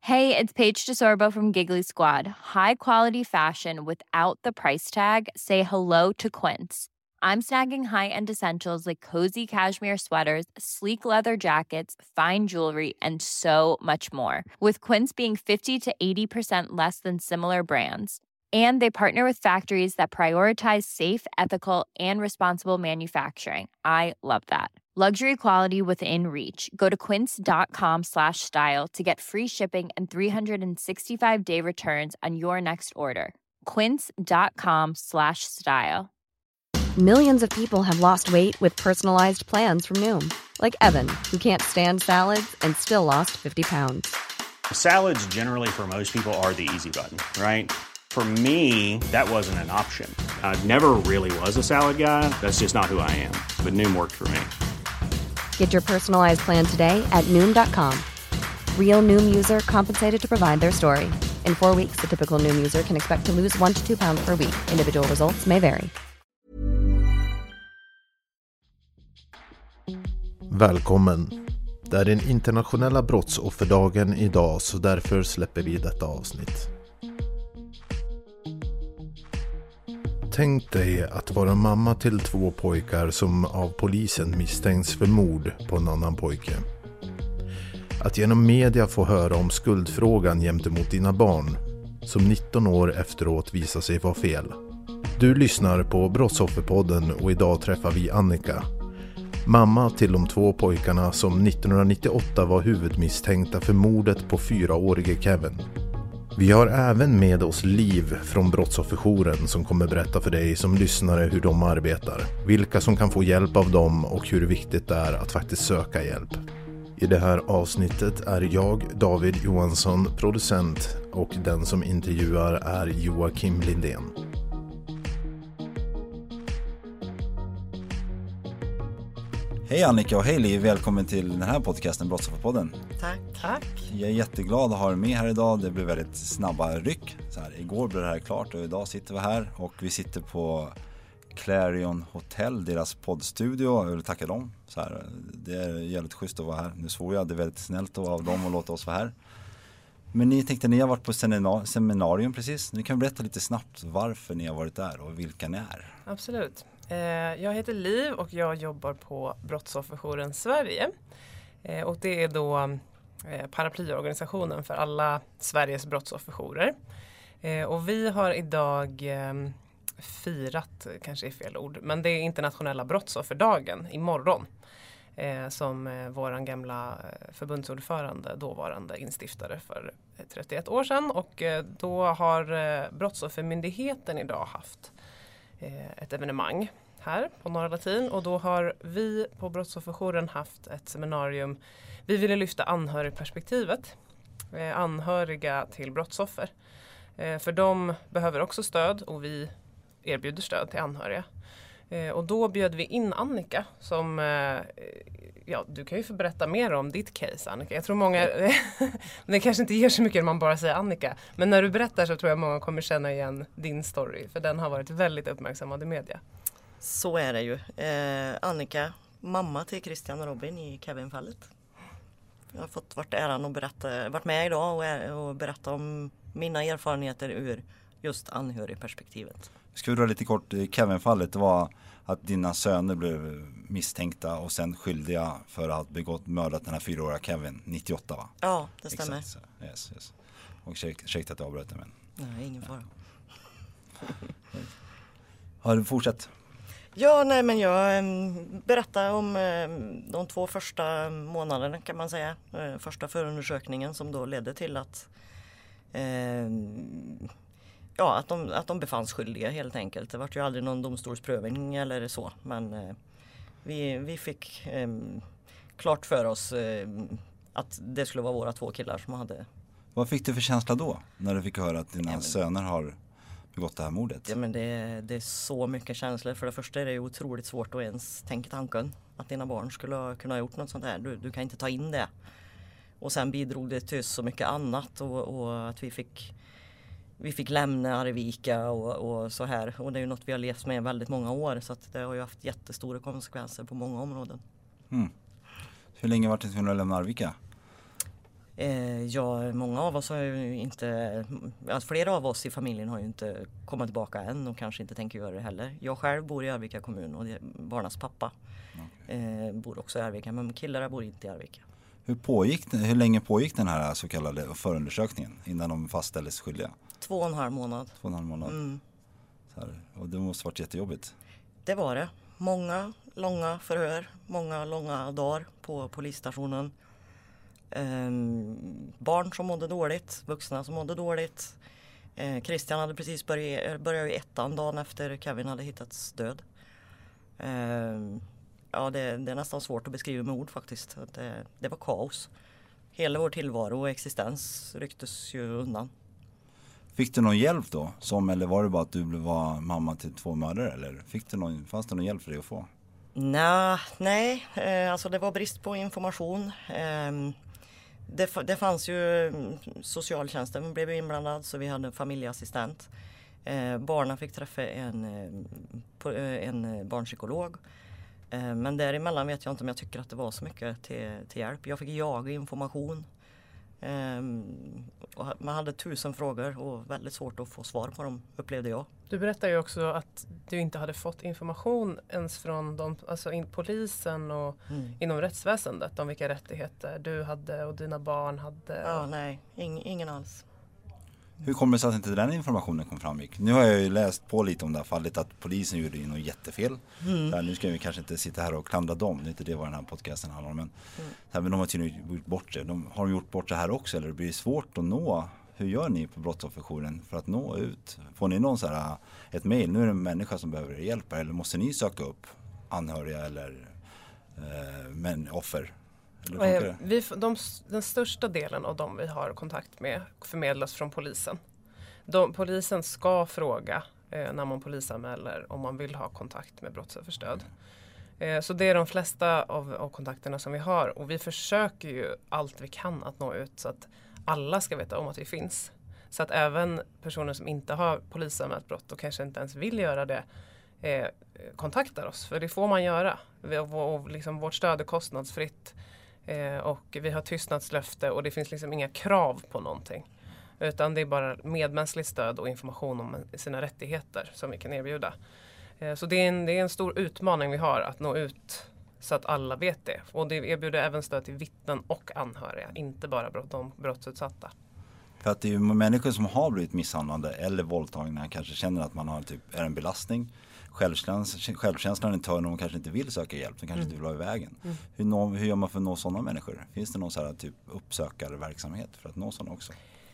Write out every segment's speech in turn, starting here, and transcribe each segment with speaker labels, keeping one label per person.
Speaker 1: Hey, it's Paige DeSorbo from Giggly Squad. High quality fashion without the price tag. Say hello to Quince. I'm snagging high-end essentials like cozy cashmere sweaters, sleek leather jackets, fine jewelry, and so much more. With Quince being 50 to 80% less than similar brands. And they partner with factories that prioritize safe, ethical, and responsible manufacturing. I love that. Luxury quality within reach. Go to quince.com/style to get free shipping and 365-day returns on your next order. Quince.com/style.
Speaker 2: Millions of people have lost weight with personalized plans from Noom. Like Evan, who can't stand salads and still lost 50 pounds.
Speaker 3: Salads generally for most people are the easy button, right? For me, that wasn't an option. I never really was a salad guy. That's just not who I am. But Noom worked for me.
Speaker 2: Get your personalized plan today at Noom.com. Real Noom user compensated to provide their story. In 4 weeks, the typical Noom user can expect to lose 1 to 2 pounds per week. Individual results may vary.
Speaker 4: Välkommen. Det är den internationella brottsofferdagen idag, så därför släpper vi detta avsnitt. Tänk dig att vara mamma till 2 pojkar som av polisen misstänks för mord på en annan pojke. Att genom media få höra om skuldfrågan gentemot dina barn, som 19 år efteråt visar sig vara fel. Du lyssnar på Brottsofferpodden och idag träffar vi Annika. Mamma till de 2 pojkarna som 1998 var huvudmisstänkta för mordet på 4-årige Kevin. Vi har även med oss Liv från Brottsofferjouren som kommer berätta för dig som lyssnare hur de arbetar, vilka som kan få hjälp av dem och hur viktigt det är att faktiskt söka hjälp. I det här avsnittet är jag, David Johansson, producent och den som intervjuar är Joakim Lindén.
Speaker 5: Hej Annika och hej Liv, välkommen till den här podcasten Brottsofferpodden.
Speaker 6: Tack.
Speaker 5: Jag är jätteglad att ha er med här idag. Det blir väldigt snabba ryck. Så här, igår blev det här klart och idag sitter vi här och vi sitter på Clarion Hotel, deras poddstudio. Jag vill tacka dem. Så här, det är jävligt schysst att vara här. Nu svor jag, det är väldigt snällt av dem att låta oss vara här. Men ni har varit på seminarium precis. Ni kan berätta lite snabbt varför ni har varit där och vilka ni är.
Speaker 6: Absolut. Jag heter Liv och jag jobbar på Brottsofferjouren Sverige. Och det är då paraplyorganisationen för alla Sveriges brottsofferjourer. Och vi har idag firat, kanske är fel ord, men det är internationella brottsofferdagen imorgon. Som våran gamla förbundsordförande, dåvarande instiftade för 31 år sedan. Och då har Brottsoffermyndigheten idag haft ett evenemang här på Norra Latin. Och då har vi på Brottsofferjouren haft ett seminarium. Vi ville lyfta anhörigperspektivet. Anhöriga till brottsoffer. För de behöver också stöd och vi erbjuder stöd till anhöriga. Och då bjöd vi in Annika som, ja du kan ju få berätta mer om ditt case Annika. Jag tror många, det kanske inte ger så mycket när man bara säger Annika. Men när du berättar så tror jag många kommer känna igen din story. För den har varit väldigt uppmärksammad i media.
Speaker 7: Så är det ju. Annika, mamma till Christian och Robin i Kevin-fallet. Jag har fått varit äran att varit med idag och berätta om mina erfarenheter ur just anhörigperspektivet.
Speaker 5: Ska vi dra lite kort i Kevin-fallet? Det var att dina söner blev misstänkta och sen skyldiga för att ha mördat den här 4-åriga Kevin 98 va?
Speaker 7: Ja, det stämmer.
Speaker 5: Exakt. Yes. Och ursäkta att jag avbröt det men.
Speaker 7: Nej, ingen fara.
Speaker 5: Har du fortsatt?
Speaker 7: Ja, nej men jag berättade om de 2 första månaderna kan man säga. Första förundersökningen som då ledde till att att de befanns skyldiga helt enkelt. Det var ju aldrig någon domstolsprövning eller så. Men vi fick klart för oss att det skulle vara våra 2 killar som hade.
Speaker 5: Vad fick du för känsla då när du fick höra att dina söner har begått det här mordet?
Speaker 7: Ja men det är så mycket känslor. För det första är det otroligt svårt att ens tänka tanken att dina barn skulle kunna ha gjort något sånt här. Du kan inte ta in det. Och sen bidrog det till så mycket annat och att vi fick lämna Arvika och så här. Och det är ju något vi har levt med väldigt många år så att det har ju haft jättestora konsekvenser på många områden.
Speaker 5: Hur länge var det att du lämna Arvika?
Speaker 7: Ja, många av oss har ju inte, flera av oss i familjen har ju inte kommit tillbaka än och kanske inte tänker göra det heller. Jag själv bor i Arvika kommun och barnas pappa bor också i Arvika, men killarna bor inte i Arvika.
Speaker 5: Hur länge pågick den här så kallade förundersökningen innan de fastställdes skyldiga?
Speaker 7: 2,5 månad.
Speaker 5: 2,5 månad. Så här. Och det måste varit jättejobbigt.
Speaker 7: Det var det. Många långa förhör, många långa dagar på polisstationen. Barn som mådde dåligt, vuxna som mådde dåligt. Christian hade precis börjat i 1:an dagen efter Kevin hade hittats död. Ja, det är nästan svårt att beskriva med ord faktiskt. Det var kaos. Hela vår tillvaro och existens rycktes ju undan.
Speaker 5: Fick du någon hjälp då? Eller var det bara att du var mamma till 2 mördare? Eller fanns det någon hjälp för dig att få?
Speaker 7: Nej, alltså det var brist på information. Det fanns ju, socialtjänsten blev inblandad så vi hade en familjeassistent. Barnen fick träffa en barnpsykolog. Men däremellan vet jag inte om jag tycker att det var så mycket till hjälp. Jag fick jaga information. Och man hade 1000 frågor och väldigt svårt att få svar på dem, upplevde jag.
Speaker 6: Du berättar ju också att du inte hade fått information ens från polisen och inom rättsväsendet om vilka rättigheter du hade och dina barn hade.
Speaker 7: Ja, nej, ingen alls.
Speaker 5: Hur kommer det sig att inte den informationen kom fram? Nu har jag ju läst på lite om det här fallet att polisen gjorde ju något jättefel. Här, nu ska vi kanske inte sitta här och klandra dem, det är inte det vad den här podcasten handlar om. Men de har tydligen gjort bort det. Har de gjort bort det här också eller det blir svårt att nå? Hur gör ni på brottsofferjouren för att nå ut? Får ni någon ett mejl, nu är det en människa som behöver hjälp eller måste ni söka upp anhöriga eller offer?
Speaker 6: Den största delen av dem vi har kontakt med förmedlas från polisen. Polisen ska fråga när man polisanmäler om man vill ha kontakt med brottsofferstöd. Så det är de flesta av kontakterna som vi har och vi försöker ju allt vi kan att nå ut så att alla ska veta om att vi finns. Så att även personer som inte har polisanmält brott och kanske inte ens vill göra det kontaktar oss. För det får man göra. Vårt stöd är kostnadsfritt. Och vi har tystnadslöfte och det finns liksom inga krav på någonting. Utan det är bara medmänskligt stöd och information om sina rättigheter som vi kan erbjuda. Så det är en stor utmaning vi har att nå ut så att alla vet det. Och det erbjuder även stöd till vittnen och anhöriga, inte bara de brottsutsatta.
Speaker 5: För att det är ju människor som har blivit misshandlade eller våldtagna kanske känner att man är en belastning. Självkänslan är när de kanske inte vill söka hjälp, de kanske inte vill vara i vägen. Hur gör man för att nå sådana människor? Finns det någon uppsökarverksamhet för att nå sådana också?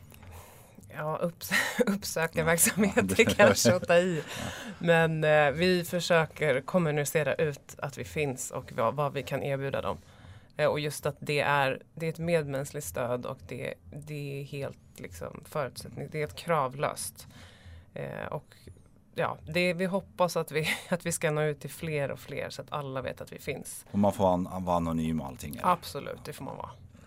Speaker 6: Ja, uppsökarverksamhet det kanske att ta i. Men vi försöker kommunicera ut att vi finns och vad vi kan erbjuda dem. Och just att det är ett medmänskligt stöd och det är helt förutsättning, det är ett kravlöst. Och ja, vi hoppas att vi ska nå ut till fler och fler så att alla vet att vi finns.
Speaker 5: Och man får vara anonym och allting? Eller?
Speaker 6: Absolut, det får man vara.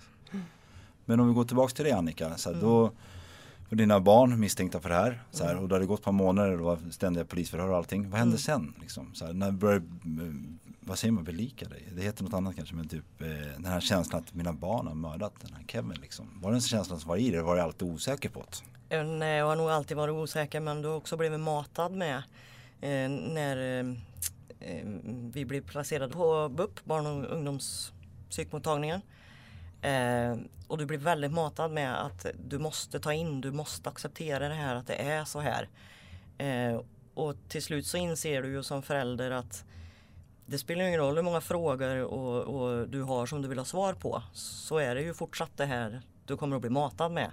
Speaker 5: Men om vi går tillbaka till det Annika, då var dina barn misstänkta för det här och då hade det gått ett par månader och det var ständiga polisförhör och allting. Vad hände sen? När började, vad säger man, belika dig? Det heter något annat kanske, men den här känslan att mina barn har mördat den här Kevin. Var det en känsla som var i det? Var jag alltid osäker på det?
Speaker 7: Nej, jag har nog alltid varit osäker, men du har också blivit matad med när vi blev placerade på BUP, barn- och ungdomspsykmottagningen. Och du blir väldigt matad med att du måste acceptera det här, att det är så här. Och till slut så inser du ju som förälder att det spelar ingen roll hur många frågor och du har som du vill ha svar på. Så är det ju fortsatt det här du kommer att bli matad med.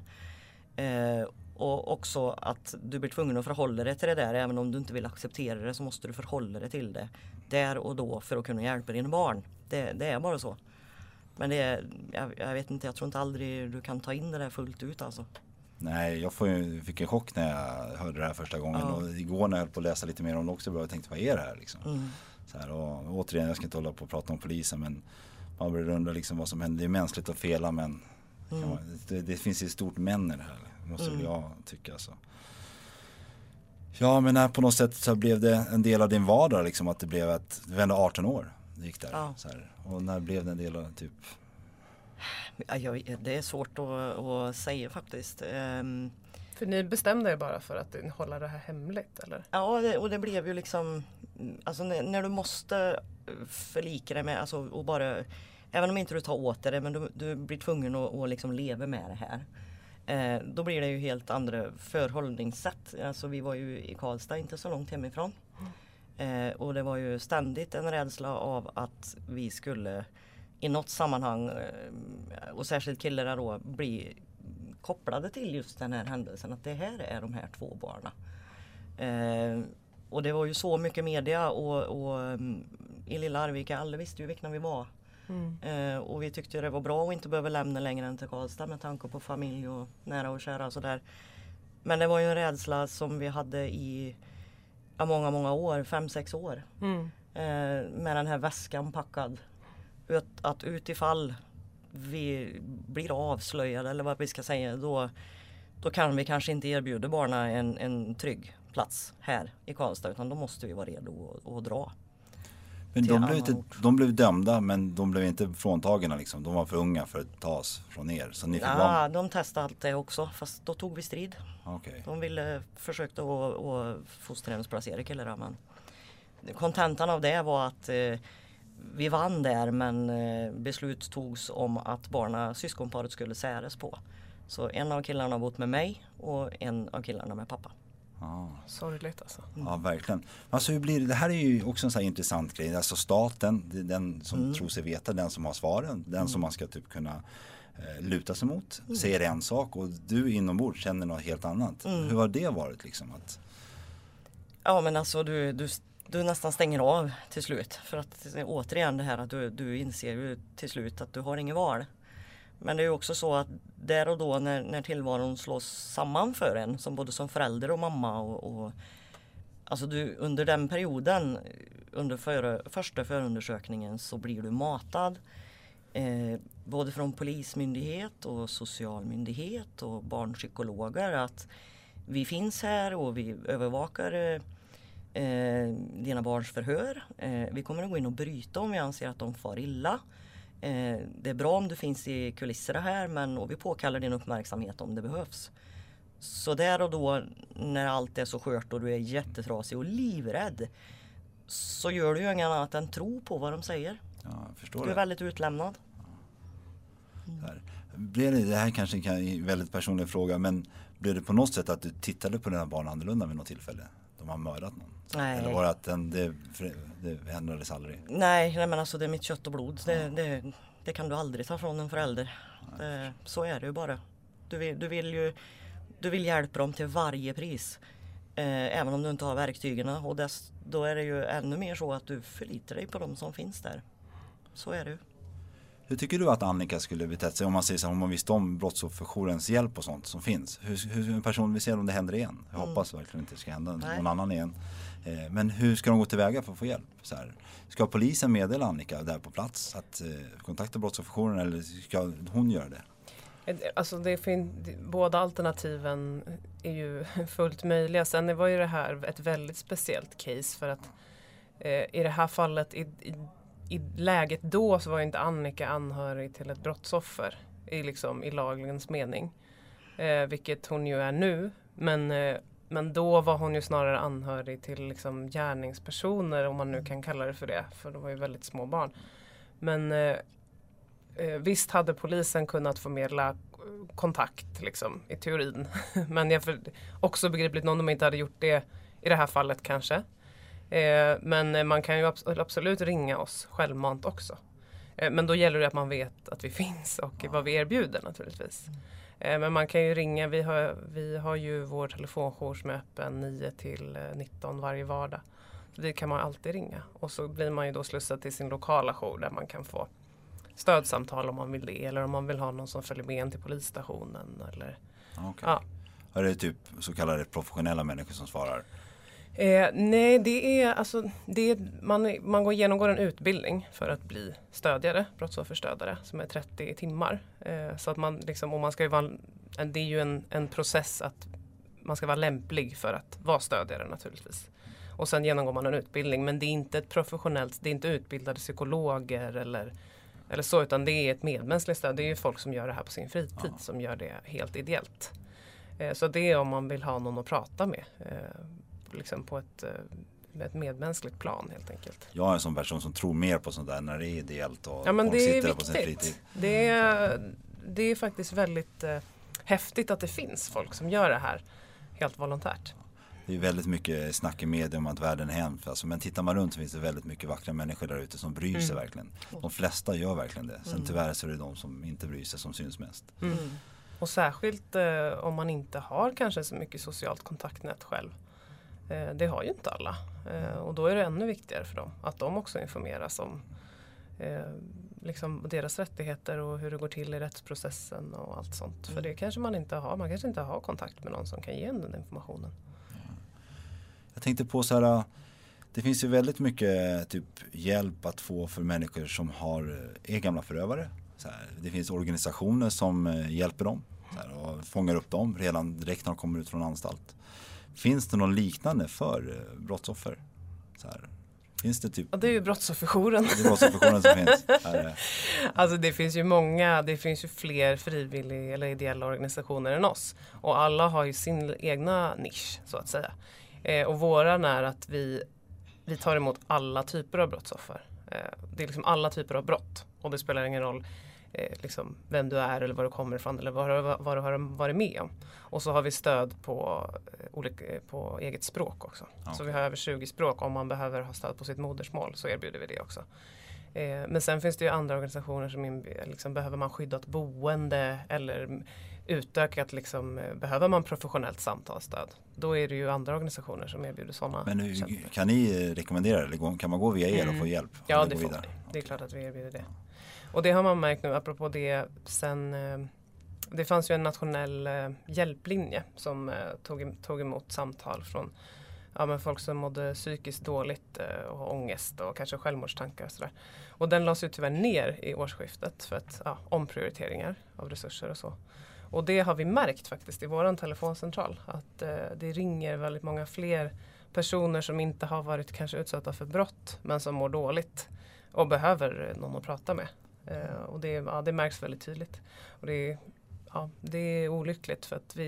Speaker 7: Och också att du blir tvungen att förhålla dig till det där. Även om du inte vill acceptera det så måste du förhålla dig till det där och då för att kunna hjälpa dina barn. Det är bara så. Men jag vet inte, jag tror inte aldrig du kan ta in det där fullt ut alltså.
Speaker 5: Nej, jag fick en chock när jag hörde det här första gången. Och igår när jag höll på att läsa lite mer om det också, jag tänkte, vad är det här Så här, och återigen, jag ska inte hålla på och prata om polisen, men man börjar undra vad som händer. Det är mänskligt att fela, men det finns ett stort men i det här, måste jag tycka så. Ja, men när på något sätt så blev det en del av din vardag att det blev du var ändå 18 år det gick där. Så här. Och när blev det en del av
Speaker 7: Det är svårt att säga faktiskt.
Speaker 6: För ni bestämde er bara för att hålla det här hemligt, eller?
Speaker 7: Ja, och det blev ju liksom, alltså när du måste förlika dig med, alltså, och bara, även om inte du tar åt det, men du blir tvungen att liksom leva med det här. Då blir det ju helt andra förhållningssätt. Alltså vi var ju i Karlstad, inte så långt hemifrån. Och det var ju ständigt en rädsla av att vi skulle i något sammanhang, och särskilt killar då, bli kopplade till just den här händelsen. Att det här är de här 2 barnen. Och det var ju så mycket media och i lilla Arvika, alla visste ju vilka vi var. Och vi tyckte det var bra att inte behöva lämna längre än till Karlstad med tanke på familj och nära och kära och sådär. Men det var ju en rädsla som vi hade i många år, 5-6 år. Med den här väskan packad. Att utifall vi blir avslöjade eller vad vi ska säga, då kan vi kanske inte erbjuda barnen en trygg plats här i Karlstad, utan då måste vi vara redo att dra.
Speaker 5: Men de blev dömda, men de blev inte fråntagna liksom. De var för unga för att tas från er. Så ni fick
Speaker 7: de testade allt det också, fast då tog vi strid.
Speaker 5: Okay.
Speaker 7: De försökte att fosterhemsplacera killar, men kontentan av det var att vi vann där, men beslut togs om att syskonparet skulle säras på. Så en av killarna har bott med mig och en av killarna med pappa.
Speaker 6: Sorgligt alltså.
Speaker 5: Ja, verkligen. Alltså, hur blir det? Det här är ju också en sån här intressant grej. Alltså staten, den som tror sig veta, den som har svaren, den som man ska typ kunna luta sig mot, säger en sak och du inombords känner något helt annat. Hur har det varit liksom?
Speaker 7: Ja, men alltså du nästan stänger av till slut. För att återigen det här att du inser ju till slut att du har ingen val. Men det är ju också så att där och då när tillvaron slås samman för en, som både som förälder och mamma och alltså under den perioden, under första förundersökningen, så blir du matad både från polismyndighet och socialmyndighet och barnpsykologer att vi finns här och vi övervakar dina barns förhör. Vi kommer att gå in och bryta om vi anser att de far illa. Det är bra om du finns i kulisserna här, och vi påkallar din uppmärksamhet om det behövs. Så där och då när allt är så skört och du är jättetrasig och livrädd, så gör du ju inget annat än tro på vad de säger.
Speaker 5: Ja, jag förstår.
Speaker 7: Du är väldigt utlämnad.
Speaker 5: Det här kanske är en väldigt personlig fråga, men blev det på något sätt att du tittade på dina barn annorlunda vid något tillfälle? De har mördat någon?
Speaker 7: Nej.
Speaker 5: Eller var det att det ändrades aldrig?
Speaker 7: Nej, men alltså det är mitt kött och blod. Det kan du aldrig ta från en förälder. Så är det ju bara. Du vill hjälpa dem till varje pris. Även om du inte har verktygen. Och då är det ju ännu mer så att du förlitar dig på dem som finns där. Så är det ju.
Speaker 5: Hur tycker du att Annika skulle betett sig om man säger så, om man visste om brottsofferjourens hjälp och sånt som finns? Hur en person vill se om det händer igen? Jag hoppas verkligen inte det ska hända någon annan igen. Men hur ska de gå tillväga för att få hjälp? Så här, ska polisen meddela Annika där på plats att kontakta brottsofferjouren, eller ska hon göra det?
Speaker 6: Alltså båda alternativen är ju fullt möjliga. Sen var ju det här ett väldigt speciellt case för att i det här fallet i läget då så var inte Annika anhörig till ett brottsoffer i lagens mening. Vilket hon ju är nu. Men då var hon ju snarare anhörig till liksom gärningspersoner, om man nu kan kalla det för det. För de var ju väldigt små barn. Men visst hade polisen kunnat förmedla kontakt liksom, i teorin. Men jag också begripligt om de inte hade gjort det i det här fallet kanske. Men man kan ju absolut ringa oss självmant också. Men då gäller det att man vet att vi finns och vad vi erbjuder naturligtvis. Men man kan ju ringa, vi har ju vår telefonjour som är öppen 9-19 varje vardag. Så dit kan man alltid ringa. Och så blir man ju då slussad till sin lokala jour där man kan få stödsamtal om man vill det. Eller om man vill ha någon som följer med till polisstationen. Eller,
Speaker 5: okay. Ja. Är det typ så kallade professionella människor som svarar?
Speaker 6: Nej, det är alltså man genomgår en utbildning för att bli stödjare, brottsofferstödjare, som är 30 timmar. Så att man liksom, och man ska ju vara, det är ju en process att man ska vara lämplig för att vara stödjare naturligtvis. Och sen genomgår man en utbildning, men det är inte det är inte utbildade psykologer eller eller så, utan det är ett medmänskligt stöd. Det är ju folk som gör det här på sin fritid som gör det helt ideellt. Så det är om man vill ha någon att prata med liksom på ett medmänskligt plan helt enkelt.
Speaker 5: Jag är en sån person som tror mer på sånt där när det är ideellt och
Speaker 6: ja, men
Speaker 5: folk
Speaker 6: det är
Speaker 5: sitter
Speaker 6: viktigt.
Speaker 5: på sin fritid.
Speaker 6: Det är faktiskt väldigt häftigt att det finns folk som gör det här helt volontärt.
Speaker 5: Det är väldigt mycket snack i media om att världen är hemskt. Alltså, men tittar man runt så finns det väldigt mycket vackra människor där ute som bryr sig verkligen. De flesta gör verkligen det. Sen tyvärr så är det de som inte bryr sig som syns mest.
Speaker 6: Och särskilt om man inte har kanske så mycket socialt kontaktnät själv. Det har ju inte alla. Och då är det ännu viktigare för dem att de också informeras om liksom deras rättigheter och hur det går till i rättsprocessen och allt sånt. För det kanske man inte har. Man kanske inte har kontakt med någon som kan ge en den informationen.
Speaker 5: Jag tänkte på så här, det finns ju väldigt mycket typ hjälp att få för människor som är gamla förövare. Så här, det finns organisationer som hjälper dem så här, och fångar upp dem redan direkt när de kommer ut från anstalt. Finns det någon liknande för brottsoffer? Så här, finns det typ...
Speaker 6: Ja, det är ju brottsofferjouren.
Speaker 5: Det är brottsofferjouren som finns.
Speaker 6: Alltså det finns ju många, det finns ju fler frivilliga eller ideella organisationer än oss. Och alla har ju sin egna nisch så att säga. Och våran är att vi tar emot alla typer av brottsoffer. Det är liksom alla typer av brott. Och det spelar ingen roll liksom vem du är eller var du kommer ifrån eller vad du har varit med om. Och så har vi stöd på eget språk också. Okay. Så vi har över 20 språk. Om man behöver ha stöd på sitt modersmål så erbjuder vi det också. Men sen finns det ju andra organisationer som liksom, behöver man skyddat boende eller utökat liksom, behöver man professionellt samtalsstöd. Då är det ju andra organisationer som erbjuder sådana.
Speaker 5: Men kan ni rekommendera det? Eller kan man gå via er och få hjälp?
Speaker 6: Ja, det får man. Det är klart att vi erbjuder det. Och det har man märkt nu, apropå det, sen det fanns ju en nationell hjälplinje som tog emot samtal från folk som mådde psykiskt dåligt och har ångest och kanske självmordstankar och sådär. Och den lades ju tyvärr ner i årsskiftet för att omprioriteringar av resurser och så. Och det har vi märkt faktiskt i våran telefoncentral att det ringer väldigt många fler personer som inte har varit kanske utsatta för brott men som mår dåligt och behöver någon att prata med. Och det märks väldigt tydligt. Och det är olyckligt för att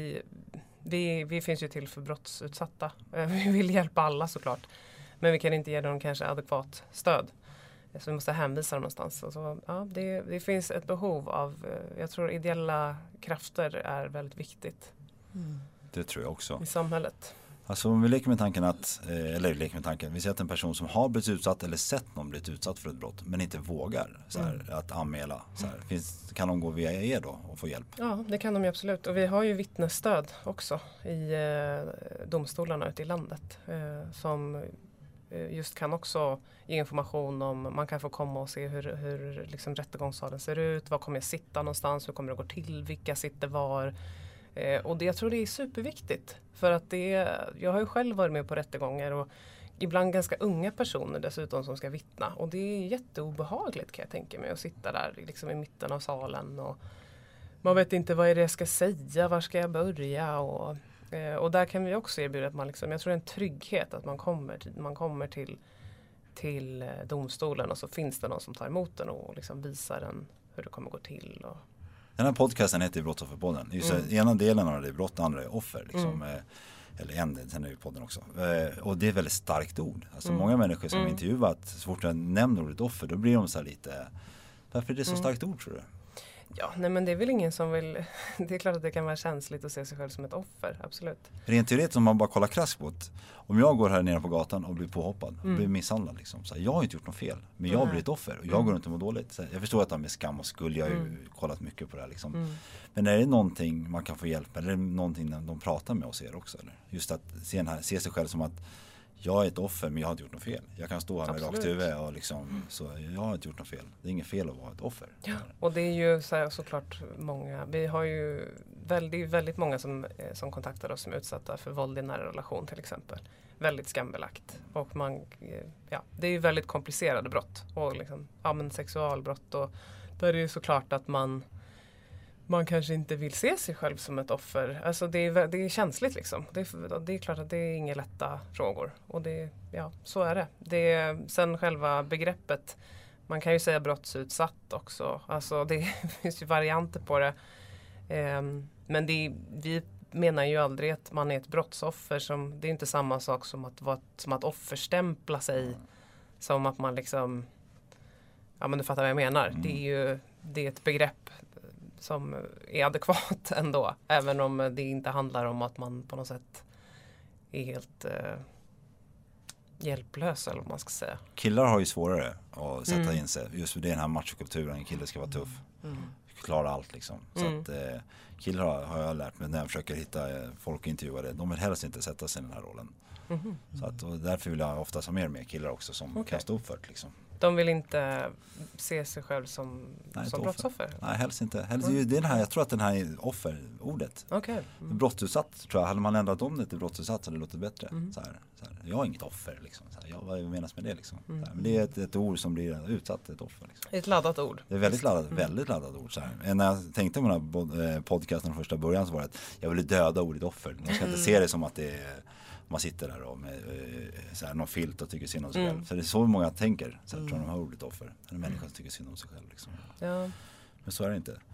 Speaker 6: vi finns ju till för brottsutsatta. Vi vill hjälpa alla såklart. Men vi kan inte ge dem kanske adekvat stöd. Så vi måste hänvisa dem någonstans. Och så, det finns ett behov av, jag tror ideella krafter är väldigt viktigt.
Speaker 5: Det tror jag också.
Speaker 6: I samhället.
Speaker 5: Alltså om vi leker med tanken, vi ser att en person som har blivit utsatt eller sett någon blivit utsatt för ett brott men inte vågar att anmäla. Kan de gå via er då och få hjälp? Ja,
Speaker 6: det kan de ju absolut. Och vi har ju vittnesstöd också i domstolarna ute i landet som just kan också ge information om, man kan få komma och se hur liksom rättegångssalen ser ut, var kommer jag sitta någonstans, hur kommer det gå till, vilka sitter var. Och jag tror det är superviktigt för att jag har ju själv varit med på rättegångar och ibland ganska unga personer dessutom som ska vittna och det är jätteobehagligt kan jag tänka mig att sitta där liksom i mitten av salen och man vet inte vad är det jag ska säga, var ska jag börja och där kan vi också erbjuda att man liksom, jag tror det är en trygghet att man kommer till domstolen och så finns det någon som tar emot den och liksom visar den hur det kommer gå till och
Speaker 5: den här podcasten heter Brottsofferpodden. Ena delen av det är brott, andra är offer. Liksom, eller sen är ju podden också. Och det är väldigt starkt ord. Alltså många människor som intervjuat, så fort jag nämner ordet offer, då blir de så här lite... Varför är det så starkt ord tror du?
Speaker 6: Ja, nej men det är väl ingen som vill... Det är klart att det kan vara känsligt att se sig själv som ett offer, absolut.
Speaker 5: Rent teoretiskt om man bara kollar krasst på det. Om jag går här nere på gatan och blir påhoppad och blir misshandlad liksom, så här, jag har inte gjort något fel, men jag blir ett offer och jag går runt och mår dåligt. Så här, jag förstår att det är med skam och skuld, jag har ju kollat mycket på det här liksom. Men är det någonting man kan få hjälp eller är det någonting när de pratar med oss er också? Eller? Just att se sig själv som att jag är ett offer men jag har inte gjort något fel. Jag kan stå här med rakt huvud och liksom, så jag har inte gjort något fel. Det är inget fel att vara ett offer.
Speaker 6: Ja, och det är ju såklart många. Vi har ju väldigt många som kontaktar oss som är utsatta för våld i nära relation till exempel. Väldigt skambelagt. Och det är ju väldigt komplicerade brott. Och liksom, sexualbrott. Och där är det ju såklart att man kanske inte vill se sig själv som ett offer. Alltså det är känsligt liksom. Det är klart att det är inga lätta frågor. Och så är det. Sen själva begreppet Man kan ju säga brottsutsatt också. Alltså det finns ju varianter på det. Men vi menar ju aldrig att man är ett brottsoffer. Det är inte samma sak som att offerstämpla sig. Som att man liksom... Ja, men du fattar vad jag menar. Det är ett begrepp som är adekvat ändå. Även om det inte handlar om att man på något sätt är helt hjälplös, eller vad man ska säga.
Speaker 5: Killar har ju svårare att sätta in sig. Just för det är den här machokulturen. En kille ska vara tuff. Klara allt liksom. Så att killar har jag lärt mig när jag försöker hitta folk och intervjua det. De vill helst inte sätta sig i den här rollen. Så att, och därför vill jag oftast ha med killar också som kan stå upp för det liksom.
Speaker 6: De vill inte se sig själv som brottsoffer?
Speaker 5: Nej, helst inte. Det är den här, jag tror att den här är offerordet. Brottsutsatt tror jag. Hade man ändrat om det till brottsutsatt så hade det låtit bättre. Så här. Jag är inget offer liksom. Så här, vad menas med det liksom? Men det är ett ord som blir utsatt, ett offer. Liksom.
Speaker 6: Ett laddat ord.
Speaker 5: Det är väldigt laddat ord. Så här. När jag tänkte på den här podcasten från första början så var det att jag ville döda ordet offer. Man ska inte se det som att det är... Man sitter där och med så här, någon filt och tycker synd om sig själv. Så det är så många tänker. Så här, tror de har ordet offer. En människa som tycker synd om sig själv. Liksom.
Speaker 6: Ja.
Speaker 5: Men så är det inte.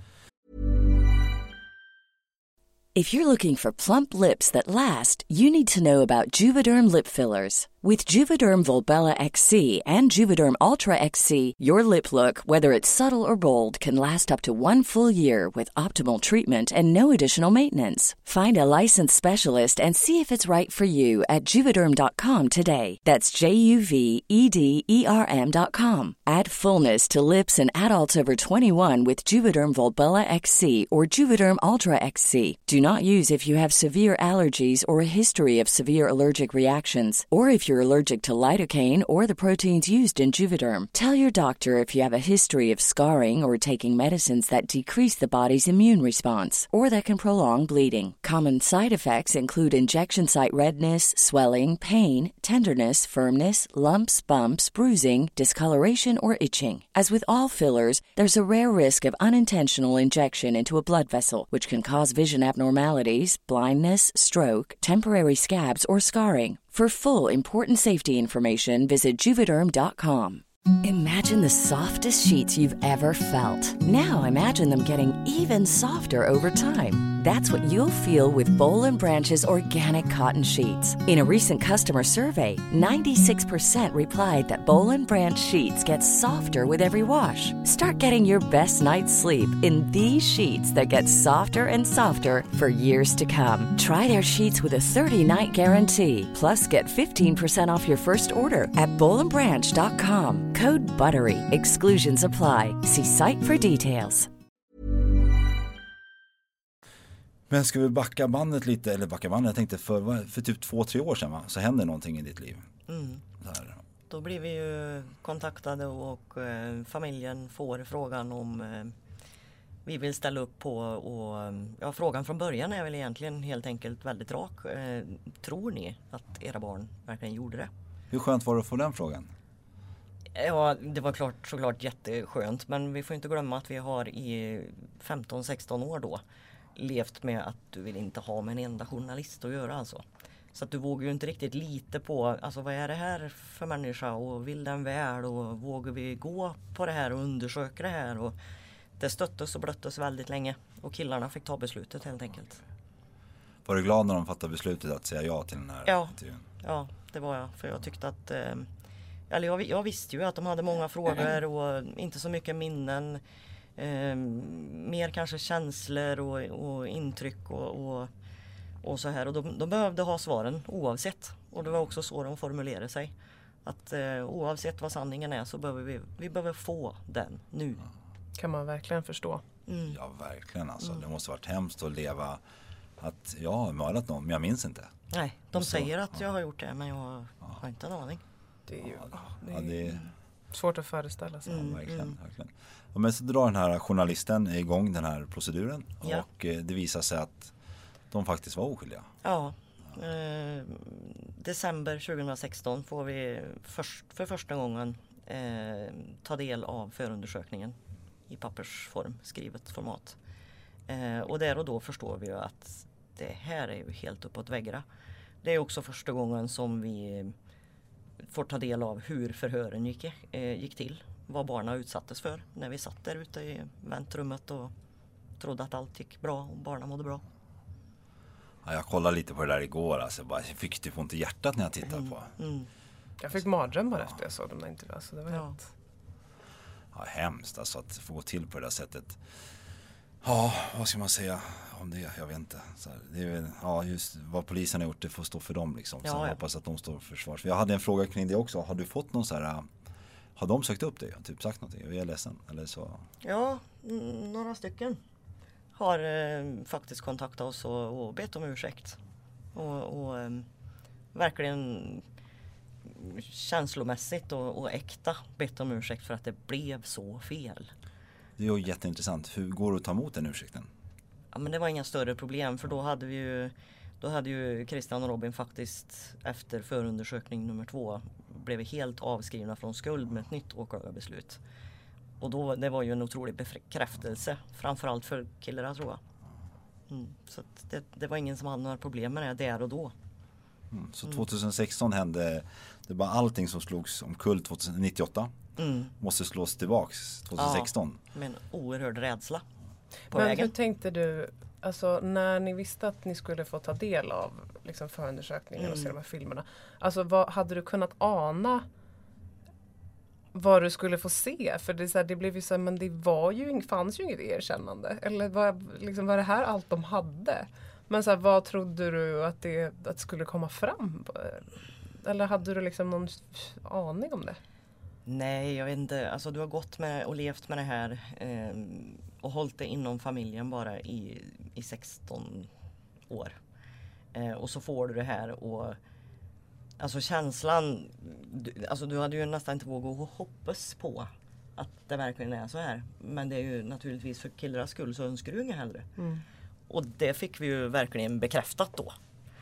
Speaker 8: If you're looking for plump lips that last, you need to know about Juvederm lip fillers. With Juvederm Volbella XC and Juvederm Ultra XC, your lip look, whether it's subtle or bold, can last up to 1 full year with optimal treatment and no additional maintenance. Find a licensed specialist and see if it's right for you at Juvederm.com today. That's JUVEDERM.com. Add fullness to lips in adults over 21 with Juvederm Volbella XC or Juvederm Ultra XC. Do not use if you have severe allergies or a history of severe allergic reactions, or if you're allergic to lidocaine or the proteins used in Juvederm. Tell your doctor if you have a history of scarring or taking medicines that decrease the body's immune response or that can prolong bleeding. Common side effects include injection site redness, swelling, pain, tenderness, firmness, lumps, bumps, bruising, discoloration, or itching. As with all fillers, there's a rare risk of unintentional injection into a blood vessel, which can cause vision abnormalities, blindness, stroke, temporary scabs, or scarring. For full, important safety information, visit Juvederm.com. Imagine the softest sheets you've ever felt. Now imagine them getting even softer over time. That's what you'll feel with Boll & Branch's organic cotton sheets. In a recent customer survey, 96% replied that Boll & Branch sheets get softer with every wash. Start getting your best night's sleep in these sheets that get softer and softer for years to come. Try their sheets with a 30-night guarantee. Plus, get 15% off your first order at BollandBranch.com. Code BUTTERY. Exclusions apply. See site for details.
Speaker 5: Men ska vi backa bandet lite, eller backa bandet, jag tänkte för typ 2-3 år sedan så hände någonting i ditt liv. Så här.
Speaker 7: Då blir vi ju kontaktade och familjen får frågan om vi vill ställa upp på, och frågan från början är väl egentligen helt enkelt väldigt rak. Tror ni att era barn verkligen gjorde det?
Speaker 5: Hur skönt var det att få den frågan?
Speaker 7: Ja, det var såklart jätteskönt, men vi får inte glömma att vi har i 15-16 år då levt med att du vill inte ha med en enda journalist att göra alltså. Så att du vågar ju inte riktigt lita på, alltså vad är det här för människa och vill den väl och vågar vi gå på det här och undersöka det här, och det stöttes och blöttes väldigt länge och killarna fick ta beslutet helt enkelt.
Speaker 5: Var du glad när de fattade beslutet att säga ja till den här intervjun? Ja,
Speaker 7: det var jag, för jag tyckte att eller jag visste ju att de hade många frågor och inte så mycket minnen. Mer kanske känslor och intryck och så här. Och de behövde ha svaren oavsett. Och det var också så de formulerade sig. Att oavsett vad sanningen är så behöver vi behöver få den nu.
Speaker 6: Kan man verkligen förstå.
Speaker 5: Ja, verkligen alltså. Det måste varit hemskt att leva att jag har mördat någon, men jag minns inte.
Speaker 7: Nej, de säger att jag har gjort det, men jag har inte en aning.
Speaker 6: Det är ju det är svårt att föreställa sig.
Speaker 5: Verkligen. Men så drar den här journalisten igång den här proceduren och det visar sig att de faktiskt var oskyldiga.
Speaker 7: Ja. December 2016 får vi för första gången ta del av förundersökningen i pappersform, skrivet format. Och där och då förstår vi ju att det här är ju helt uppåt väggarna. Det är också första gången som vi får ta del av hur förhören gick till vad barnen utsattes för när vi satt där ute i väntrummet och trodde att allt gick bra och barnen mådde bra.
Speaker 5: Ja, jag kollade lite på det där igår. Alltså, jag fick typ ont i hjärtat när jag tittade på.
Speaker 6: Jag fick mardrömmar efter jag såg de där intervjuerna. Alltså, det var helt...
Speaker 5: Ja, hemskt alltså att få gå till på det där sättet. Ja, vad ska man säga om det? Jag vet inte. Så här, det är, ja, just vad polisen har gjort, det får stå för dem liksom. Så jag hoppas att de står för försvars. Jag hade en fråga kring det också. Har du fått någon så här... Har de sökt upp dig? Typ sagt någonting? Jag är ledsen. Eller så?
Speaker 7: Ja, några stycken har faktiskt kontaktat oss och bett om ursäkt. Och verkligen känslomässigt och äkta bett om ursäkt för att det blev så fel.
Speaker 5: Det är ju jätteintressant. Hur går det att ta emot den ursäkten?
Speaker 7: Ja, men det var inga större problem, för då hade ju Christian och Robin faktiskt efter förundersökning nummer 2 blev helt avskrivna från skuld med ett nytt åklagarbeslut. Och då, det var ju en otrolig bekräftelse, framförallt för killarna tror jag. Så att det var ingen som hade några problem med det där och då.
Speaker 5: Så 2016 hände det, bara allting som slogs omkull 2098 måste slås tillbaks 2016.
Speaker 7: Ja, med en oerhörd rädsla på
Speaker 6: Men
Speaker 7: vägen.
Speaker 6: hur tänkte du, alltså när ni visste att ni skulle få ta del av liksom, förundersökningen och se de här filmerna, alltså hade du kunnat ana vad du skulle få se? För det, så här, det blev ju så här, men det fanns ju inget erkännande. Eller var det här allt de hade? Men så här, vad trodde du att det skulle komma fram? Eller hade du liksom någon aning om det?
Speaker 7: Nej, jag vet inte. Alltså du har gått med och levt med det här och hållit det inom familjen bara i 16 år. Och så får du det här och alltså känslan, du hade ju nästan inte vågat hoppas på att det verkligen är så här. Men det är ju naturligtvis för killarnas skull så önskar du inget hellre. Och det fick vi ju verkligen bekräftat då.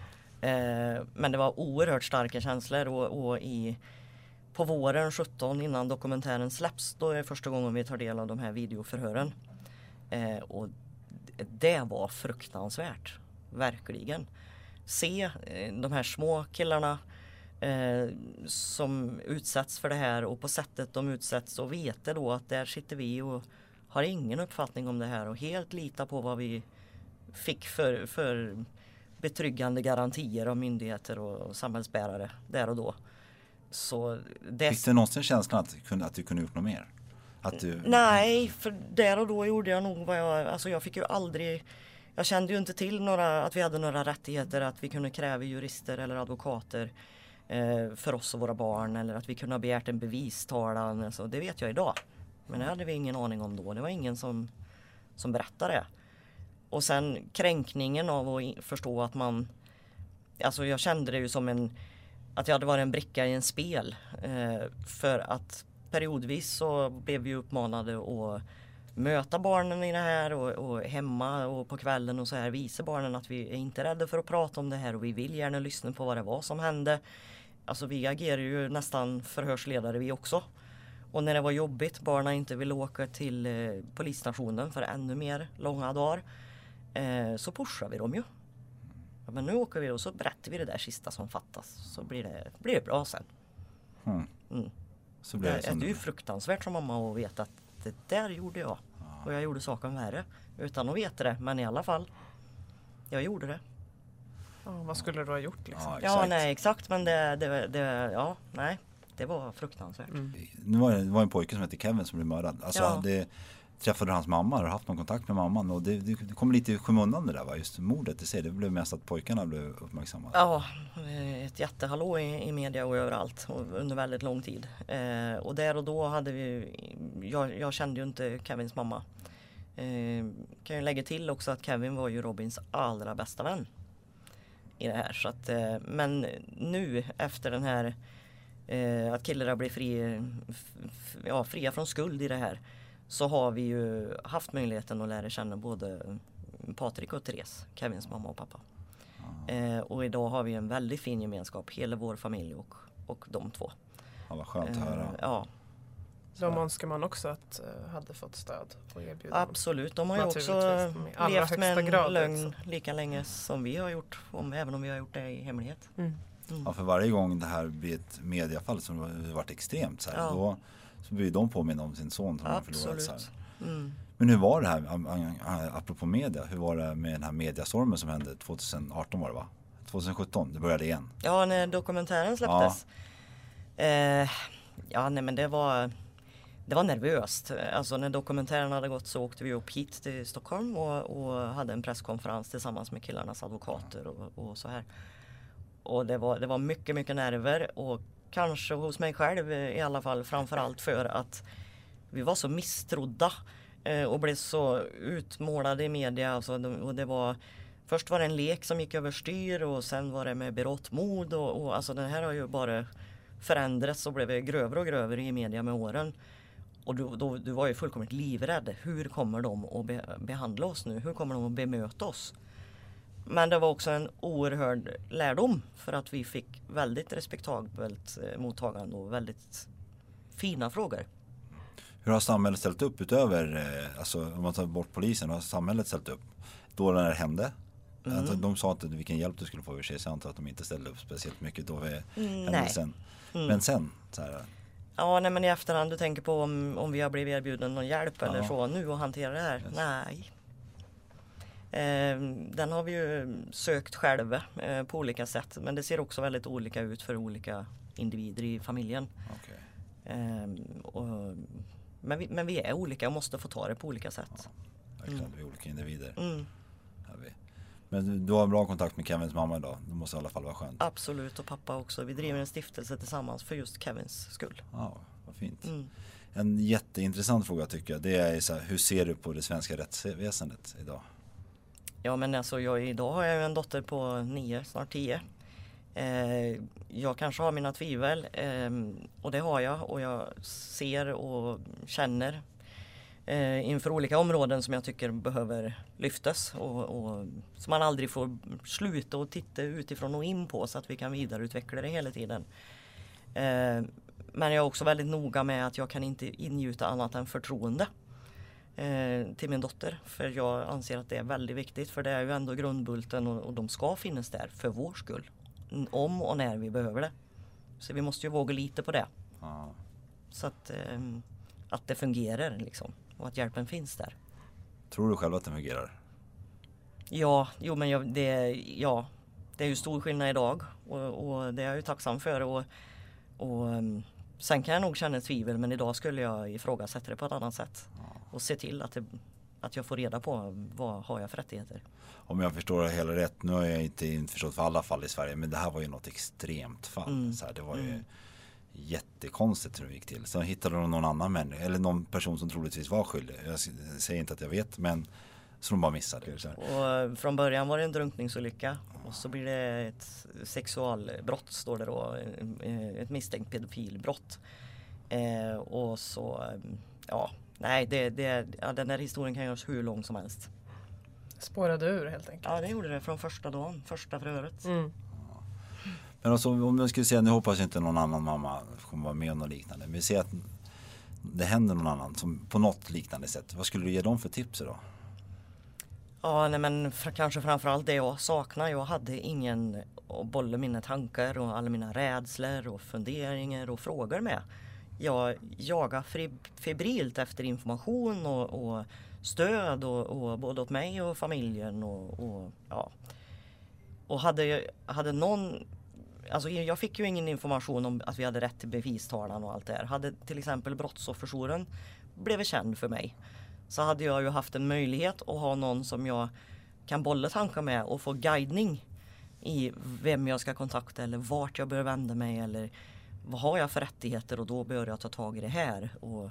Speaker 7: Men det var oerhört starka känslor och på våren 17 innan dokumentären släpps, då är det första gången vi tar del av de här videoförhören. Och det var fruktansvärt, verkligen. Se de här små killarna som utsätts för det här och på sättet de utsätts och veta då att där sitter vi och har ingen uppfattning om det här och helt lita på vad vi fick för betryggande garantier av myndigheter och samhällsbärare där och då. Så
Speaker 5: fick du någonsin känslan att du kunde gjort något mer?
Speaker 7: Nej, för där och då gjorde jag nog jag fick ju aldrig, jag kände ju inte till att vi hade några rättigheter, att vi kunde kräva jurister eller advokater för oss och våra barn, eller att vi kunde ha begärt en bevistalan, alltså, det vet jag idag. Men det hade vi ingen aning om då, det var ingen som berättade det. Och sen kränkningen av att förstå att jag kände det ju som att jag hade varit en bricka i en spel. För att periodvis så blev vi uppmanade att möta barnen i det här och hemma och på kvällen och så här visa barnen att vi är inte rädda för att prata om det här och vi vill gärna lyssna på vad det var som hände. Alltså vi agerar ju nästan förhörsledare vi också. Och när det var jobbigt, barnen inte ville åka till polisstationen för ännu mer långa dagar, så pushar vi dem ju. Ja, men nu åker vi och så berättar vi det där sista som fattas, så blir det bra sen.
Speaker 5: Så blir
Speaker 7: det är ju fruktansvärt som mamma att veta att det där gjorde jag. Och jag gjorde saken värre utan att veta det, men i alla fall jag gjorde det.
Speaker 6: Ja, vad skulle du ha gjort liksom?
Speaker 7: Nej exakt, men det var fruktansvärt.
Speaker 5: Det var en pojke som hette Kevin som blev mördad. Alltså träffade hans mamma, har haft någon kontakt med mamman, och det kom lite i skymundan det där, va? Just mordet i sig, det blev mest att pojkarna blev uppmärksammade.
Speaker 7: Ja, ett jättehallå i media och överallt och under väldigt lång tid. Och där och då hade jag kände ju inte Kevins mamma. Kan ju lägga till också att Kevin var ju Robins allra bästa vän i det här. Så att, men nu efter den här att killarna blir fria från skuld i det här, så har vi ju haft möjligheten att lära känna både Patrik och Therese, Kevins mamma och pappa. Och idag har vi en väldigt fin gemenskap, hela vår familj och de två.
Speaker 5: Ja, vad skönt att höra.
Speaker 7: Ja.
Speaker 6: De önskar man också att hade fått stöd och erbjudande.
Speaker 7: Absolut, de har ju också levt med en lögn lika länge som vi har gjort, även om vi har gjort det i hemlighet.
Speaker 5: Ja, för varje gång det här blir ett mediafall som har varit extremt så här, så blir de påminna om sin son som har förlorat. Så här.
Speaker 7: Mm.
Speaker 5: Men hur var det här, apropå media, hur var det med den här mediastormen som hände 2018 var det va? 2017, det började igen.
Speaker 7: Ja, när dokumentären släpptes. Men det var nervöst. Alltså när dokumentären hade gått så åkte vi upp hit till Stockholm och hade en presskonferens tillsammans med killarnas advokater och så här. Och det var mycket, mycket nerver och kanske hos mig själv i alla fall framförallt för att vi var så misstrodda och blev så utmålade i media. Alltså, och först var det en lek som gick överstyr och sen var det med berått mod och alltså det här har ju bara förändrats och blev grövre och grövre i media med åren. Och du var ju fullkomligt livrädd. Hur kommer de att behandla oss nu? Hur kommer de att bemöta oss? Men det var också en oerhörd lärdom för att vi fick väldigt respektabelt mottagande och väldigt fina frågor.
Speaker 5: Hur har samhället ställt upp utöver, alltså om man tar bort polisen, har samhället ställt upp då när det hände? Alltså, de sa inte vilken hjälp du skulle få över sig, så jag antar att de inte ställde upp speciellt mycket då vid händelsen. Men sen så här.
Speaker 7: Ja, nej, men i efterhand du tänker på om vi har blivit erbjuden någon hjälp eller så nu att hantera det här. Yes. Nej. Den har vi ju sökt själva på olika sätt. Men det ser också väldigt olika ut för olika individer i familjen.
Speaker 5: Okay.
Speaker 7: Men vi är olika och måste få ta det på olika sätt.
Speaker 5: Ja, verkligen, vi är olika individer. Men du har bra kontakt med Kevins mamma idag. Det måste i alla fall vara skönt.
Speaker 7: Absolut, och pappa också. Vi driver en stiftelse tillsammans för just Kevins skull.
Speaker 5: Ja, vad fint. En jätteintressant fråga tycker jag. Det är så här, hur ser du på det svenska rättsväsendet idag?
Speaker 7: Ja, men alltså idag har jag en dotter på 9, snart 10. Jag kanske har mina tvivel och det har jag. Och jag ser och känner inför olika områden som jag tycker behöver lyftas och som man aldrig får sluta och titta utifrån och in på så att vi kan vidareutveckla det hela tiden. Men jag är också väldigt noga med att jag kan inte ingjuta annat än förtroende till min dotter, för jag anser att det är väldigt viktigt, för det är ju ändå grundbulten och de ska finnas där för vår skull om och när vi behöver det. Så vi måste ju våga lita på det. Så att det fungerar liksom. Och att hjälpen finns där.
Speaker 5: Tror du själv att den fungerar?
Speaker 7: Ja, det är ju stor skillnad idag. Och det är jag ju tacksam för. Och sen kan jag nog känna tvivel, men idag skulle jag ifrågasätta det på ett annat sätt. Och se till att jag får reda på vad har jag för rättigheter. Om
Speaker 5: jag förstår det hela rätt, nu har jag inte förstått för alla fall i Sverige, men det här var ju något extremt fall. Så här, det var ju jättekonstigt hur det gick till. Så hittade de någon annan människa eller någon person som troligtvis var skyldig. Jag säger inte att jag vet, men så de bara missade.
Speaker 7: Och från början var det en drunkningsolycka och så blir det ett sexualbrott, står det då, ett misstänkt pedofilbrott. Och så den här historien kan göras hur lång som helst.
Speaker 6: Spårade ur helt enkelt.
Speaker 7: Ja, det gjorde det från första dagen, första förhöret.
Speaker 5: Men alltså, om jag skulle säga, nu hoppas inte någon annan mamma kommer vara med om något liknande. Men vi ser att det händer någon annan som på något liknande sätt. Vad skulle du ge dem för tips då?
Speaker 7: Ja, nej, men kanske framförallt det jag saknar. Jag hade ingen att bolla mina tankar och alla mina rädslor och funderingar och frågor med. Jag jagar febrilt efter information och stöd och både åt mig och familjen och hade någon. Alltså jag fick ju ingen information om att vi hade rätt till bevistalan och allt det här. Hade till exempel brottsofferjouren blivit känd för mig, så hade jag ju haft en möjlighet att ha någon som jag kan bolla tankar med och få guidning i vem jag ska kontakta eller vart jag bör vända mig eller vad har jag för rättigheter och då bör jag ta tag i det här. Och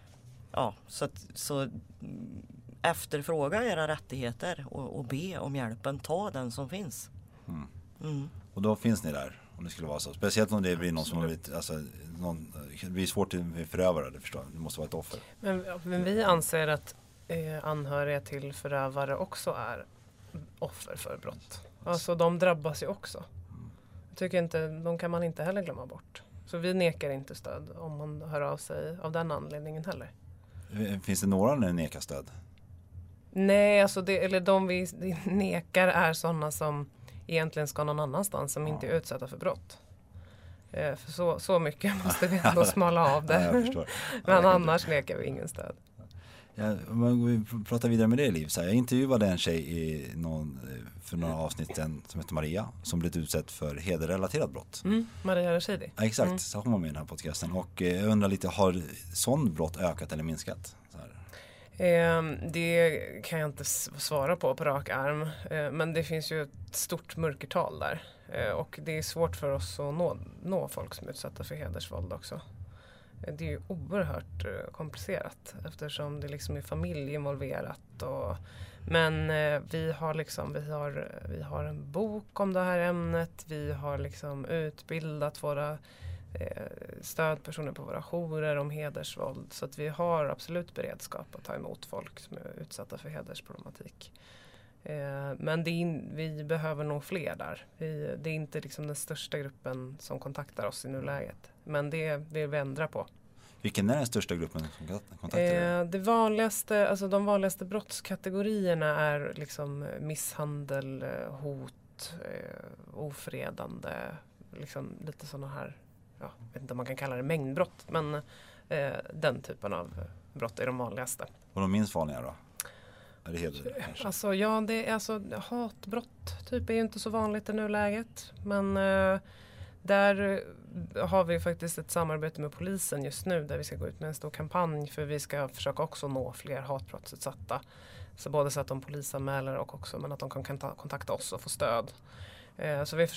Speaker 7: så efterfråga era rättigheter och be om hjälpen, ta den som finns.
Speaker 5: Och då finns ni där om det skulle vara så. Speciellt om det blir någon som har blivit, det blir svårt att förövare, det förstår jag. Det måste vara ett offer.
Speaker 6: Men vi anser att anhöriga till förövare också är offer för brott. Alltså de drabbas ju också. Jag tycker inte, de kan man inte heller glömma bort. Så vi nekar inte stöd om man hör av sig av den anledningen heller.
Speaker 5: Finns det några när ni nekar stöd?
Speaker 6: Nej, alltså de vi nekar är sådana som egentligen ska någon annanstans, som inte är utsatta för brott. För så mycket måste vi ändå smala av det.
Speaker 5: Ja, jag förstår.
Speaker 6: Men annars nekar vi ingen stöd.
Speaker 5: Ja, om vi pratar vidare med det, Liv. Så här, jag intervjuade en tjej för några avsnitt som heter Maria, som blivit utsatt för hederrelaterat brott.
Speaker 6: Maria Rashidi.
Speaker 5: Ja, exakt, så hon var med i den här podcasten. Och jag undrar lite, har sån brott ökat eller minskat? Så här.
Speaker 6: Det kan jag inte svara på rak arm. Men det finns ju ett stort mörkertal där. Och det är svårt för oss att nå folk som är utsatta för hedersvåld också. Det är ju oerhört komplicerat eftersom det liksom är familj involverat. Men vi har en bok om det här ämnet. Vi har liksom utbildat våra stödpersoner på våra jourer om hedersvåld. Så att vi har absolut beredskap att ta emot folk som är utsatta för hedersproblematik. Men vi behöver nog fler där. Det är inte liksom den största gruppen som kontaktar oss i nuläget. Men det vill vi ändra på.
Speaker 5: Vilken är den största gruppen som kontaktar
Speaker 6: de vanligaste brottskategorierna är liksom misshandel, hot, ofredande, liksom lite sådana här, jag vet inte om man kan kalla det mängdbrott, men den typen av brott är de vanligaste.
Speaker 5: Och de minst vanliga då? Är det heder, kanske?
Speaker 6: Hatbrott typ är ju inte så vanligt i nuläget, men där har vi faktiskt ett samarbete med polisen just nu där vi ska gå ut med en stor kampanj för vi ska försöka också nå fler hatbrottsutsatta. Så både så att de polisanmäler och också men att de kan kontakta oss och få stöd. Så vi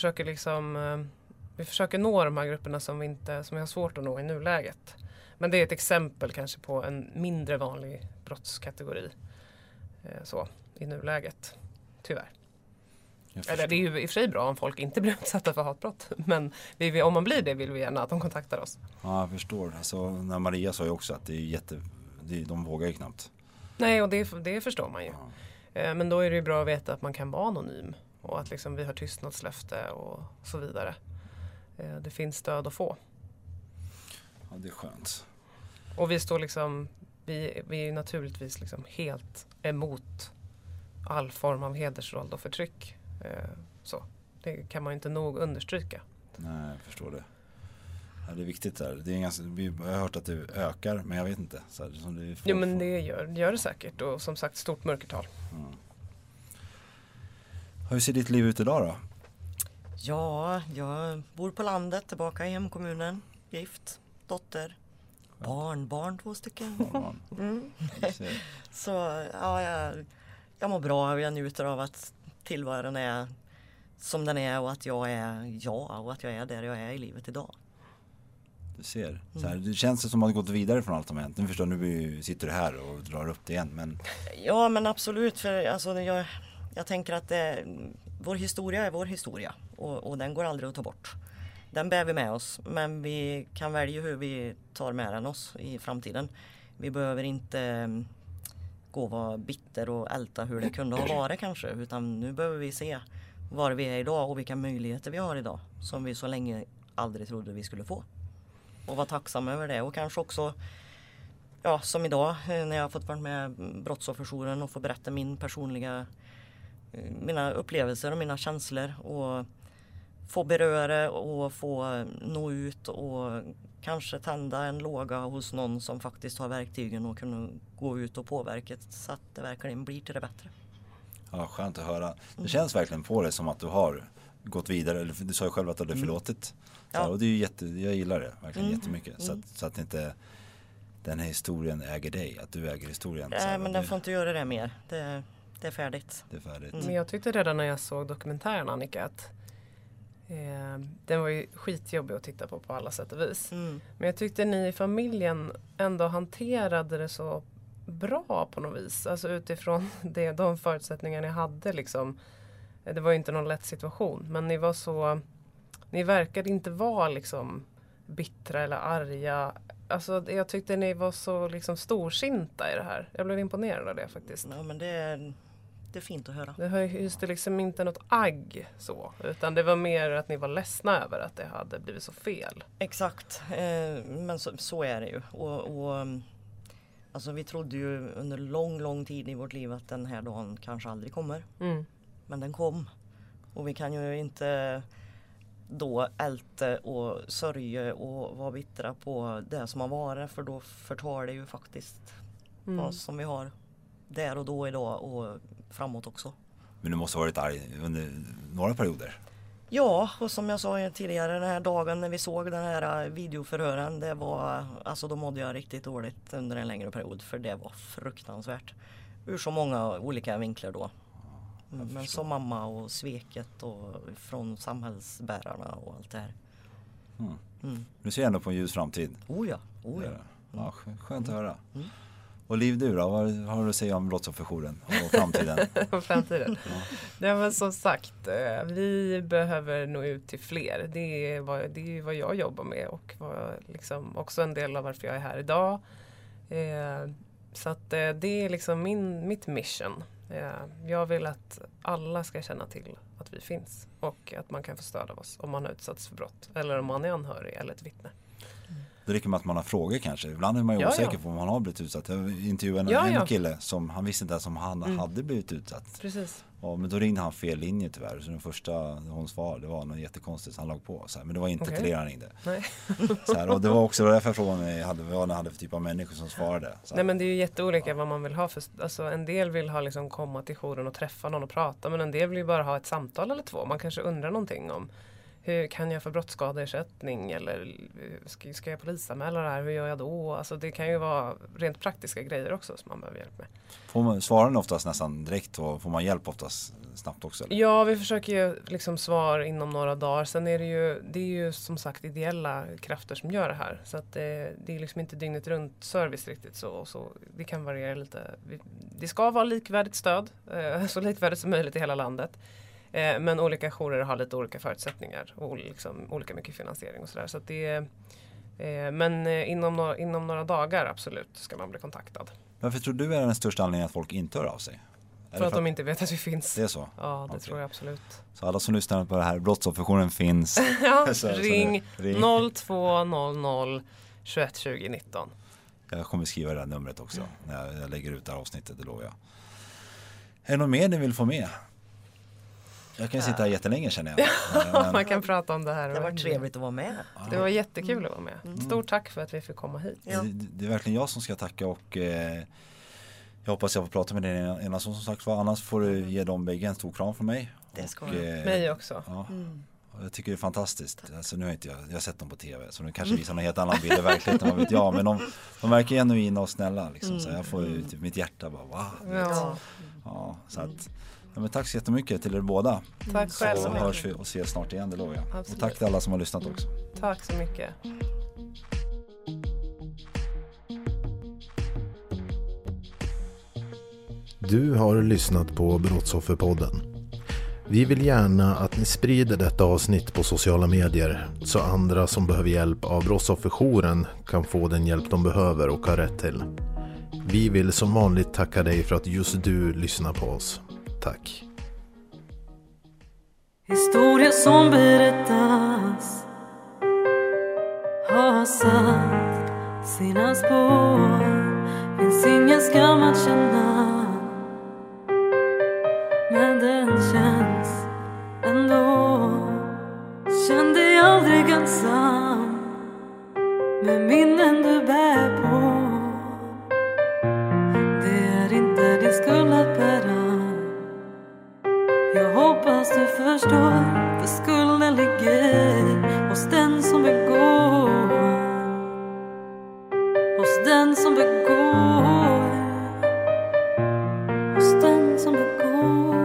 Speaker 6: försöker nå de här grupperna som vi har svårt att nå i nuläget. Men det är ett exempel kanske på en mindre vanlig brottskategori så i nuläget, tyvärr. Eller det är ju i och för sig bra om folk inte blir utsatta för hatbrott. Men om man blir det vill vi gärna att de kontaktar oss.
Speaker 5: Ja, jag förstår. Alltså, när Maria sa ju också att de vågar ju knappt.
Speaker 6: Nej, och det förstår man ju. Ja. Men då är det ju bra att veta att man kan vara anonym. Och att liksom vi har tystnadslöfte och så vidare. Det finns stöd att få.
Speaker 5: Ja, det är skönt.
Speaker 6: Och vi står liksom, vi är naturligtvis liksom helt emot all form av hedersvåld och förtryck. Så. Det kan man inte nog understryka.
Speaker 5: Nej, jag förstår det. Ja, det är viktigt där. Jag har hört att det ökar, men jag vet inte. Så här,
Speaker 6: jo, men det gör det säkert. Och som sagt, stort mörkertal.
Speaker 5: Hur ser ditt liv ut idag då?
Speaker 7: Ja, jag bor på landet, tillbaka i hemkommunen. Gift, dotter, barn 2 stycken. Så ja, jag mår bra och jag njuter av att tillvaron är som den är och att jag är och att jag är där jag är i livet idag.
Speaker 5: Du ser. Så här, det känns som att du gått vidare från allt som hänt. Nu förstår nu sitter du här och drar upp det igen. Men...
Speaker 7: Ja, men absolut. För alltså, jag tänker att vår historia är vår historia och den går aldrig att ta bort. Den bär vi med oss, men vi kan välja hur vi tar med den oss i framtiden. Vi behöver inte gå och vara bitter och älta hur det kunde ha varit kanske, utan nu behöver vi se var vi är idag och vilka möjligheter vi har idag som vi så länge aldrig trodde vi skulle få. Och vara tacksam över det och kanske också, ja, som idag när jag har fått vara med brottsofferjouren och få berätta mina upplevelser och mina känslor och få beröra och få nå ut och kanske tända en låga hos någon som faktiskt har verktygen och kunna gå ut och påverka så att det verkligen blir till det bättre.
Speaker 5: Ja, skönt att höra. Det känns verkligen på det som att du har gått vidare, eller du sa ju själv att du hade förlåtit. Ja. Och det är ju jag gillar det verkligen jättemycket. Så att inte den här historien äger dig, att du äger historien.
Speaker 7: Nej, men den får inte göra det mer. Det är färdigt.
Speaker 5: Det är färdigt.
Speaker 6: Men jag tyckte redan när jag såg dokumentären, Annika, att den var ju skitjobbig att titta på alla sätt och vis. Men jag tyckte ni i familjen ändå hanterade det så bra på något vis. Alltså utifrån de förutsättningar ni hade liksom. Det var ju inte någon lätt situation. Men ni verkade inte vara liksom bittra eller arga. Alltså jag tyckte ni var så liksom storsinta i det här. Jag blev imponerad av det faktiskt.
Speaker 7: Ja, men det är fint att höra.
Speaker 6: Det höjde liksom inte något agg så. Utan det var mer att ni var ledsna över att det hade blivit så fel.
Speaker 7: Exakt. Men så är det ju. Och alltså vi trodde ju under lång tid i vårt liv att den här dagen kanske aldrig kommer. Men den kom. Och vi kan ju inte då älta och sörja och vara bittra på det som har varit, för då förtar det ju faktiskt vad som vi har där och då idag och framåt också.
Speaker 5: Men du måste ha varit arg under några perioder.
Speaker 7: Ja, och som jag sa tidigare, den här dagen när vi såg den här videoförhören, det var, alltså då mådde jag riktigt dåligt under en längre period, för det var fruktansvärt. Ur så många olika vinklar då. Men som mamma och sveket och från samhällsbärarna och allt det här.
Speaker 5: Du ser ändå på en ljus framtid.
Speaker 7: Oh ja.
Speaker 5: Ja, skönt att höra. Och Liv, du då? Vad har du att säga om brottsofferjouren och framtiden?
Speaker 6: Framtiden. Ja, men som sagt, vi behöver nå ut till fler. Det är vad jag jobbar med och liksom också en del av varför jag är här idag. Så att det är liksom mitt mission. Jag vill att alla ska känna till att vi finns och att man kan få stöd av oss om man har utsatts för brott eller om man är anhörig eller ett vittne.
Speaker 5: Det räcker med att man har frågor kanske. Ibland är man ju osäker på om man har blivit utsatt. Jag intervjuade en kille som han visste inte ens om han hade blivit utsatt.
Speaker 6: Precis.
Speaker 5: Ja, men då ringde han fel linje tyvärr. Så den första hon svarade, det var något jättekonstigt han låg på. Så här, men det var inte till er han ringde.
Speaker 6: Nej.
Speaker 5: Så här, och det var också därför jag frågade mig vad han hade för typ av människor som svarade. Så
Speaker 6: nej, men det är ju jätteolika vad man vill ha. Alltså, en del vill ha liksom komma till jouren och träffa någon och prata. Men en del vill ju bara ha ett samtal eller två. Man kanske undrar någonting om hur kan jag få brottsskadeersättning eller ska jag polisanmäla det här? Hur gör jag då? Alltså det kan ju vara rent praktiska grejer också som man behöver hjälp med.
Speaker 5: Får man svara oftast nästan direkt och får man hjälp oftast snabbt också? Eller?
Speaker 6: Ja, vi försöker ju liksom svar inom några dagar. Sen är det är ju som sagt ideella krafter som gör det här. Så att det är liksom inte dygnet runt service riktigt så det kan variera lite. Det ska vara likvärdigt stöd, så likvärdigt som möjligt i hela landet. Men olika jourer har lite olika förutsättningar och liksom olika mycket finansiering och sådär. Så att men inom några dagar absolut ska man bli kontaktad.
Speaker 5: Varför tror du är den största anledningen att folk inte hör av sig?
Speaker 6: För att de inte vet att vi finns.
Speaker 5: Det är så?
Speaker 6: Ja, det tror jag absolut.
Speaker 5: Så alla som lyssnar på det här, brottsofferjouren finns.
Speaker 6: Ja, ring 0200 21 20 19.
Speaker 5: Jag kommer skriva det här numret också när jag lägger ut det här avsnittet, det lovar jag. Är det något mer ni vill få med? Jag kan sitta här jättelänge känner jag.
Speaker 6: Men man kan prata om det här.
Speaker 7: Det var trevligt att vara med.
Speaker 6: Det var jättekul att vara med. Stort tack för att vi fick komma hit.
Speaker 5: Ja. Det är verkligen jag som ska tacka och jag hoppas jag får prata med dig ena som sagt var. Annars får du ge dem bägge en stor kram från mig.
Speaker 7: Det ska
Speaker 6: mig också.
Speaker 5: Ja. Jag tycker det är fantastiskt. Alltså, nu har jag har sett dem på tv så nu kanske visar en helt annan bild i verkligheten. Vad vet jag, men de verkar genuina och snälla. Liksom. Så jag får ju typ mitt hjärta bara wow. Ja, så att ja, men tack så jättemycket till er båda.
Speaker 6: Tack själv.
Speaker 5: Så hörs vi och ses snart igen, det lovar jag. Absolut. Och tack till alla som har lyssnat också.
Speaker 6: Tack så mycket.
Speaker 4: Du har lyssnat på Brottsofferpodden. Vi vill gärna att ni sprider detta avsnitt på sociala medier så andra som behöver hjälp av brottsofferjouren kan få den hjälp de behöver och har rätt till. Vi vill som vanligt tacka dig för att just du lyssnar på oss. Tack.
Speaker 9: Historia som berättas har satt sina spår. Finns ingen skam att känna, men den känns ändå. Känn dig aldrig ensam med minnen du bär på. Det är inte din skuld att bära. Jag hoppas du förstår, för skulden ligger hos den som begår. Hos den som begår. Hos den som begår.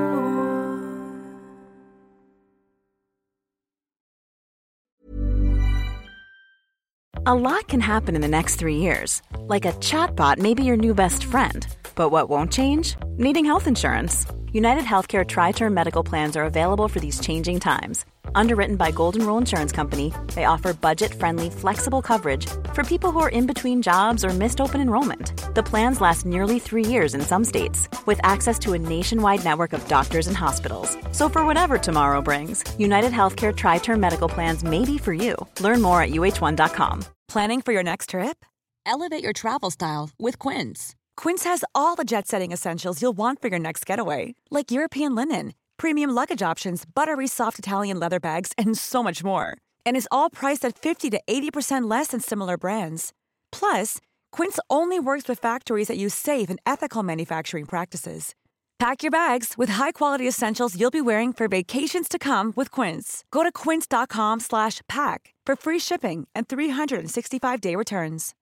Speaker 10: A lot can happen in the next 3 years. Like a chatbot may be your new best friend. But what won't change? Needing health insurance. United Healthcare Tri-Term Medical Plans are available for these changing times. Underwritten by Golden Rule Insurance Company, they offer budget-friendly, flexible coverage for people who are in between jobs or missed open enrollment. The plans last nearly 3 years in some states, with access to a nationwide network of doctors and hospitals. So for whatever tomorrow brings, United Healthcare Tri-Term Medical Plans may be for you. Learn more at uh1.com.
Speaker 11: Planning for your next trip? Elevate your travel style with Quince. Quince has all the jet-setting essentials you'll want for your next getaway, like European linen,
Speaker 12: premium luggage options, buttery soft Italian leather bags, and so much more. And is all priced at 50 to 80% less than similar brands. Plus, Quince only works with factories that use safe and ethical manufacturing practices. Pack your bags with high-quality essentials you'll be wearing for vacations to come with Quince. Go to quince.com/pack for free shipping and 365-day returns.